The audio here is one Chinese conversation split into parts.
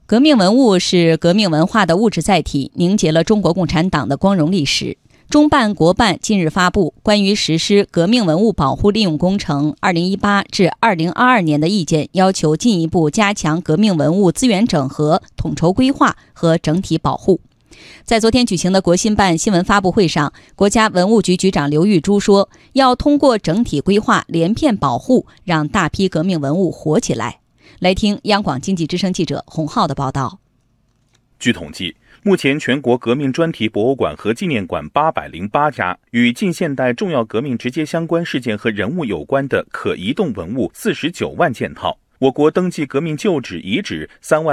革命文物是革命文化的物质载体，凝结了中国共产党的光荣历史。中办国办近日发布关于实施革命文物保护利用工程2018至2022年的意见，要求进一步加强革命文物资源整合、统筹规划和整体保护。在昨天举行的国新办新闻发布会上，国家文物局局长刘玉珠说，要通过整体规划、连片保护，让大批革命文物活起来。来听央广经济之声记者洪浩的报道。 据统计，目前全国革命专题博物馆和纪念馆808家，与近现代重要革命直接相关事件和人物有关的可移动文物49万件套。我国登记革命旧址遗址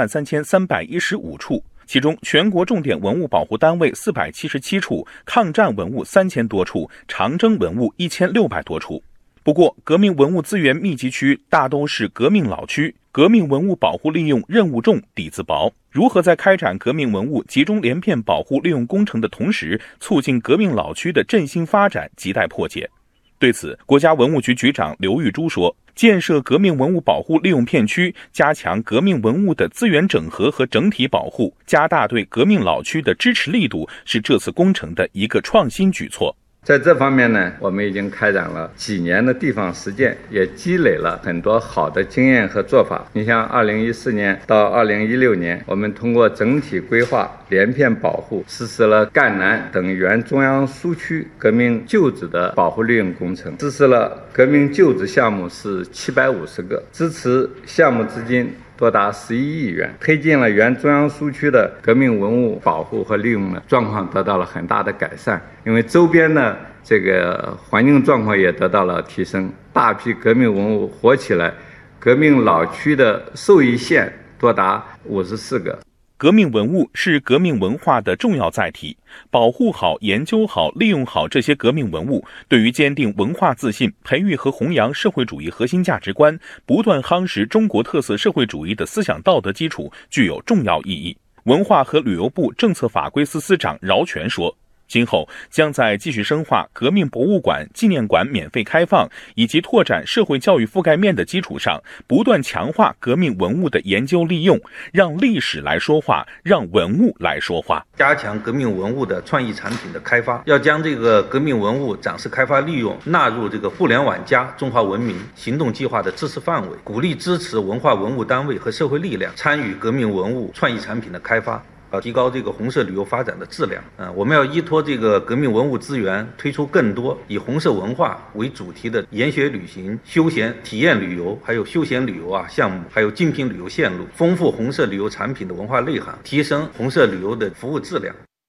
33315处，其中全国重点文物保护单位477处，抗战文物3000多处，长征文物1600多处。不过，革命文物资源密集区大都是革命老区，革命文物保护利用任务重、底子薄。如何在开展革命文物集中连片保护利用工程的同时，促进革命老区的振兴发展，亟待破解。对此，国家文物局局长刘玉珠说，建设革命文物保护利用片区，加强革命文物的资源整合和整体保护，加大对革命老区的支持力度，是这次工程的一个创新举措。 在这方面呢，我们已经开展了几年的地方实践，也积累了很多好的经验和做法。你像2014年到2016年，我们通过整体规划、连片保护，实施了赣南等原中央苏区革命旧址的保护利用工程，实施了革命旧址项目是750个，支持项目资金多达11亿元，推进了原中央苏区的革命文物保护和利用的状况得到了很大的改善，因为周边的这个环境状况也得到了提升，大批革命文物活起来，革命老区的受益县多达54个。 革命文物是革命文化的重要载体，保护好、研究好、利用好这些革命文物，对于坚定文化自信、培育和弘扬社会主义核心价值观、不断夯实中国特色社会主义的思想道德基础，具有重要意义。文化和旅游部政策法规司司长饶全说，今后将在继续深化革命博物馆、纪念馆免费开放以及拓展社会教育覆盖面的基础上，不断强化革命文物的研究利用，让历史来说话，让文物来说话。 加强革命文物的创意产品的开发，要将这个革命文物展示开发利用纳入这个互联网+中华文明行动计划的支持范围，鼓励支持文化文物单位和社会力量参与革命文物创意产品的开发。要提高这个红色旅游发展的质量。我们要依托这个革命文物资源，推出更多以红色文化为主题的研学旅行、休闲体验旅游，还有休闲旅游项目，还有精品旅游线路，丰富红色旅游产品的文化内涵，提升红色旅游的服务质量。